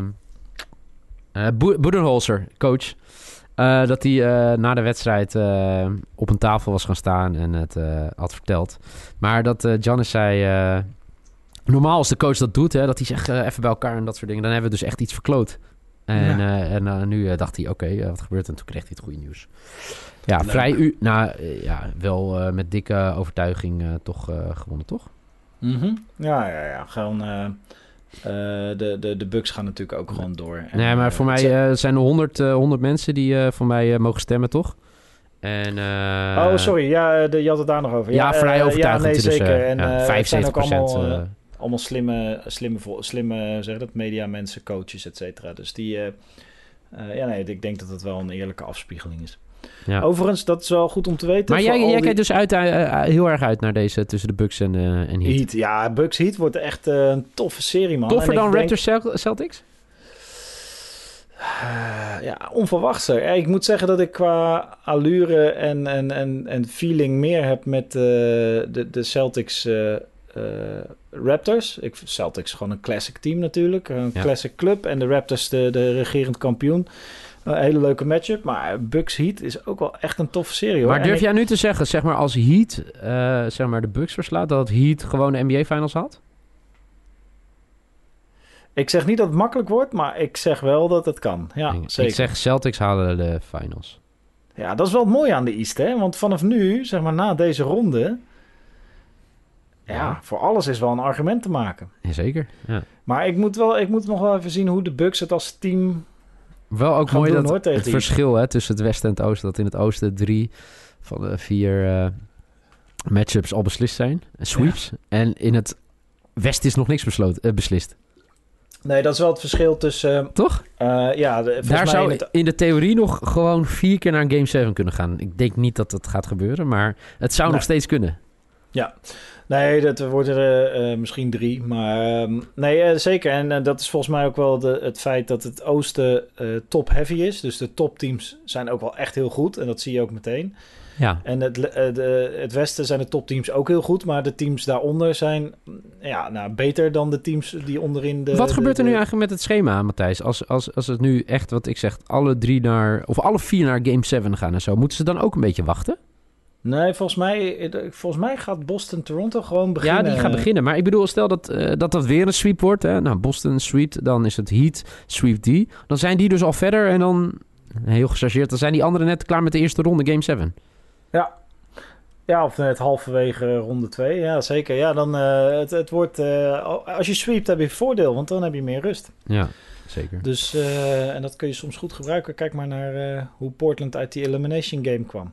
uh, Budenholzer, coach... Uh, dat hij uh, na de wedstrijd uh, op een tafel was gaan staan en het uh, had verteld. Maar dat uh, Giannis zei... Uh, normaal als de coach dat doet, hè, dat hij zegt uh, even bij elkaar en dat soort dingen... dan hebben we dus echt iets verkloot. En, ja. uh, en uh, nu uh, dacht hij, oké, okay, uh, wat gebeurt? En toen kreeg hij het goede nieuws. Ja, Leuk. vrij... U- nou, uh, ja, wel uh, met dikke overtuiging uh, toch uh, gewonnen, toch? Mm-hmm. Ja, ja, ja. Gewoon... Uh... Uh, de, de, de Bucks gaan natuurlijk ook gewoon door. En, nee, maar voor uh, mij uh, zijn er honderd, uh, honderd mensen die uh, voor mij uh, mogen stemmen, toch? En, uh, oh, sorry. Ja, de, je had het daar nog over. Ja, ja vrij overtuigend. Uh, ja, nee, dus, zeker. Uh, en ja, uh, vijfenzeventig procent. Allemaal, uh, uh, allemaal slimme, slimme, slimme zeg dat, media mensen, coaches, et cetera. Dus die... Uh, uh, ja, nee, ik denk dat het wel een eerlijke afspiegeling is. Ja. Overigens, dat is wel goed om te weten. Maar jij, jij die... kijkt dus uit, uh, uh, heel erg uit naar deze tussen de Bucks en, uh, en Heat. Heat. Ja, Bucks Heat wordt echt uh, een toffe serie, man. Toffer en dan denk... Raptors Celtics? Uh, ja, onverwachter. Ik moet zeggen dat ik qua allure en, en, en, en feeling meer heb met uh, de, de Celtics uh, uh, Raptors. Ik, Celtics gewoon een classic team natuurlijk. Een ja. classic club. En de Raptors de, de regerend kampioen. Een hele leuke matchup. Maar Bucks Heat is ook wel echt een toffe serie, hoor. Maar durf ik... jij nu te zeggen, zeg maar als Heat uh, zeg maar de Bucks verslaat, dat Heat gewoon de N B A Finals had? Ik zeg niet dat het makkelijk wordt, maar ik zeg wel dat het kan. Ja, ik, zeker. Ik zeg Celtics halen de finals. Ja, dat is wel het mooie aan de East, hè? Want vanaf nu, zeg maar na deze ronde... Ja, ja voor alles is wel een argument te maken. Jazeker, ja. Maar ik moet, wel, ik moet nog wel even zien hoe de Bucks het als team... Wel ook mooi doen, dat hoor, het verschil hè, tussen het westen en het oosten... dat in het oosten drie van de vier uh, matchups al beslist zijn. Sweeps. Ja. En in het westen is nog niks besloten, uh, beslist. Nee, dat is wel het verschil tussen... Uh, Toch? Uh, ja, de, Daar mij zou in, het... in de theorie nog gewoon vier keer naar een Game zeven kunnen gaan. Ik denk niet dat dat gaat gebeuren, maar het zou nee. nog steeds kunnen. Ja, nee, dat worden er uh, misschien drie. Maar um, nee, uh, zeker. En uh, dat is volgens mij ook wel de, het feit dat het oosten uh, top-heavy is. Dus de topteams zijn ook wel echt heel goed. En dat zie je ook meteen. Ja. En het, uh, de, het westen zijn de topteams ook heel goed. Maar de teams daaronder zijn ja, nou, beter dan de teams die onderin de... Wat gebeurt de, er de... nu eigenlijk met het schema, Matthijs? Als, als, als het nu echt, wat ik zeg, alle drie naar... of alle vier naar Game zeven gaan en zo. Moeten ze dan ook een beetje wachten? Nee, volgens mij, volgens mij gaat Boston-Toronto gewoon beginnen. Ja, die gaat beginnen. Maar ik bedoel, stel dat uh, dat, dat weer een sweep wordt. Hè? Nou, Boston sweep, dan is het Heat, sweep die. Dan zijn die dus al verder en dan, heel gechargeerd, dan zijn die anderen net klaar met de eerste ronde Game zeven. Ja, ja of net halverwege ronde twee. Ja, zeker. Ja, dan uh, het, het wordt... Uh, als je sweept heb je voordeel, want dan heb je meer rust. Ja, zeker. Dus, uh, en dat kun je soms goed gebruiken. Kijk maar naar uh, hoe Portland uit die elimination game kwam.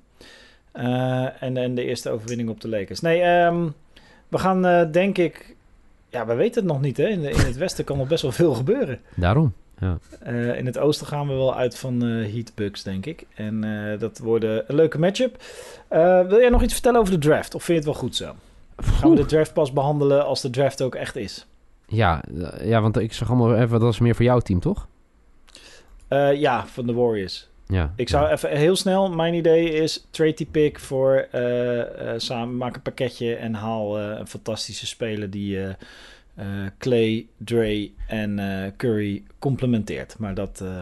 Uh, en, en de eerste overwinning op de Lakers. Nee, um, we gaan uh, denk ik... Ja, we weten het nog niet, hè. In, de, in het westen kan nog best wel veel gebeuren. Daarom, ja. Uh, in het oosten gaan we wel uit van uh, Heat Bucks, denk ik. En uh, dat wordt een leuke matchup. Uh, wil jij nog iets vertellen over de draft? Of vind je het wel goed zo? Of gaan we de draft pas behandelen als de draft ook echt is? Ja, ja, want ik zag allemaal even... Dat is meer voor jouw team, toch? Uh, ja, van de Warriors. Ja, ik zou ja. even heel snel, mijn idee is trade die pick voor uh, uh, samen, maak een pakketje en haal uh, een fantastische speler die uh, uh, Clay, Dre en uh, Curry complementeert. Maar dat, uh,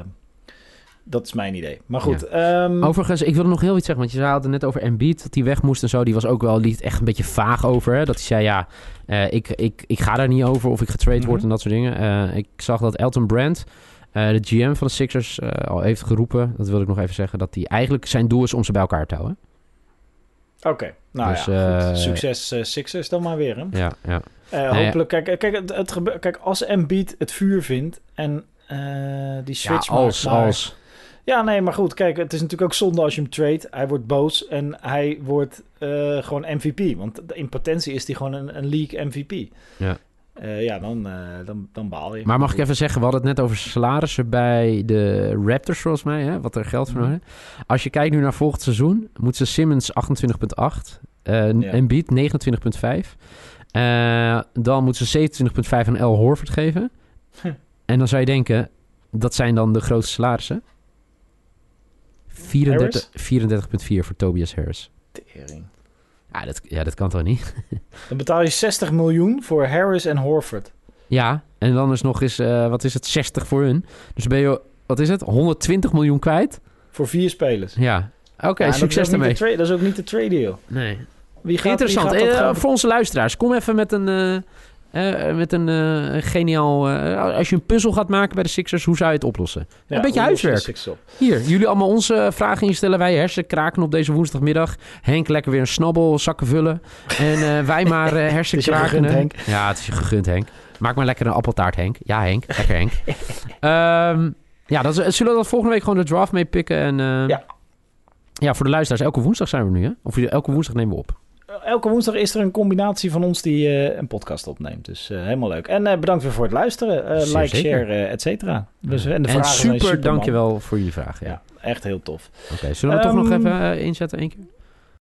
dat is mijn idee. Maar goed. Ja. Um, Overigens, ik wilde nog heel iets zeggen, want je had het net over Embiid, dat hij weg moest en zo. Die was ook wel liet echt een beetje vaag over. Hè? Dat hij zei, ja, uh, ik, ik, ik ga daar niet over of ik getrade mm-hmm. word en dat soort dingen. Uh, ik zag dat Elton Brand... Uh, de G M van de Sixers uh, al heeft geroepen, dat wil ik nog even zeggen, dat hij eigenlijk zijn doel is om ze bij elkaar te houden. Oké, okay. nou dus, ja, goed. Uh, succes uh, Sixers dan maar weer. Hè? Ja, ja. Uh, nee, hopelijk, kijk, kijk, het, het gebe- kijk, als Embiid het vuur vindt en uh, die switch ja, als, maakt naar... als. Ja, nee, maar goed, kijk, het is natuurlijk ook zonde als je hem trade. Hij wordt boos en hij wordt uh, gewoon M V P, want in potentie is hij gewoon een, een league M V P. Ja. Uh, ja, dan, uh, dan, dan baal je. Maar mag ik even zeggen, we hadden het net over salarissen bij de Raptors volgens mij, hè? Wat er geld voor nodig is. Als je kijkt nu naar volgend seizoen, moet ze Simmons achtentwintig komma acht, uh, ja. Embiid negenentwintig komma vijf. Uh, dan moeten ze zevenentwintig komma vijf aan Al Horford geven. En dan zou je denken, dat zijn dan de grootste salarissen. vierendertig komma vier voor Tobias Harris. Tering. Ja dat, ja, dat kan toch niet? Dan betaal je zestig miljoen voor Harris en Horford. Ja, en dan is nog eens, uh, wat is het, zestig voor hun. Dus ben je, wat is het, honderdtwintig miljoen kwijt? Voor vier spelers. Ja, oké, okay, ja, succes daarmee. Tra- dat is ook niet de trade deal. Nee. Wie gaat, Interessant. Wie gaat dat uh, gaan... Voor onze luisteraars, kom even met een... Uh, Uh, met een uh, geniaal... Uh, als je een puzzel gaat maken bij de Sixers, hoe zou je het oplossen? Ja, een beetje huiswerk. Hier, jullie allemaal onze vragen instellen. Wij hersenkraken op deze woensdagmiddag. Henk lekker weer een snabbel, zakken vullen. En uh, wij maar uh, hersenkraken. Henk. Ja, het is je gegund, Henk. Maak maar lekker een appeltaart, Henk. Ja, Henk. Lekker, Henk. um, ja, dat is, zullen we dat volgende week gewoon de draft mee pikken? En, uh, ja. Ja, voor de luisteraars. Elke woensdag zijn we nu, hè? Of elke woensdag nemen we op. Elke woensdag is er een combinatie van ons die uh, een podcast opneemt. Dus uh, helemaal leuk. En uh, bedankt weer voor het luisteren. Uh, like, zeker. share, uh, et cetera. Dus, en de en vragen super, zijn super dankjewel voor jullie vragen. Ja. ja, echt heel tof. Oké, okay, zullen we um, toch nog even uh, inzetten één keer?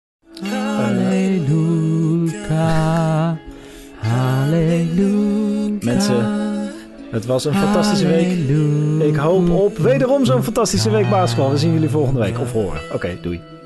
Halleluja, halleluja. Mensen, het was een fantastische week. Ik hoop op wederom zo'n fantastische week basketbal. We zien jullie volgende week. Of horen. Oké, okay, doei.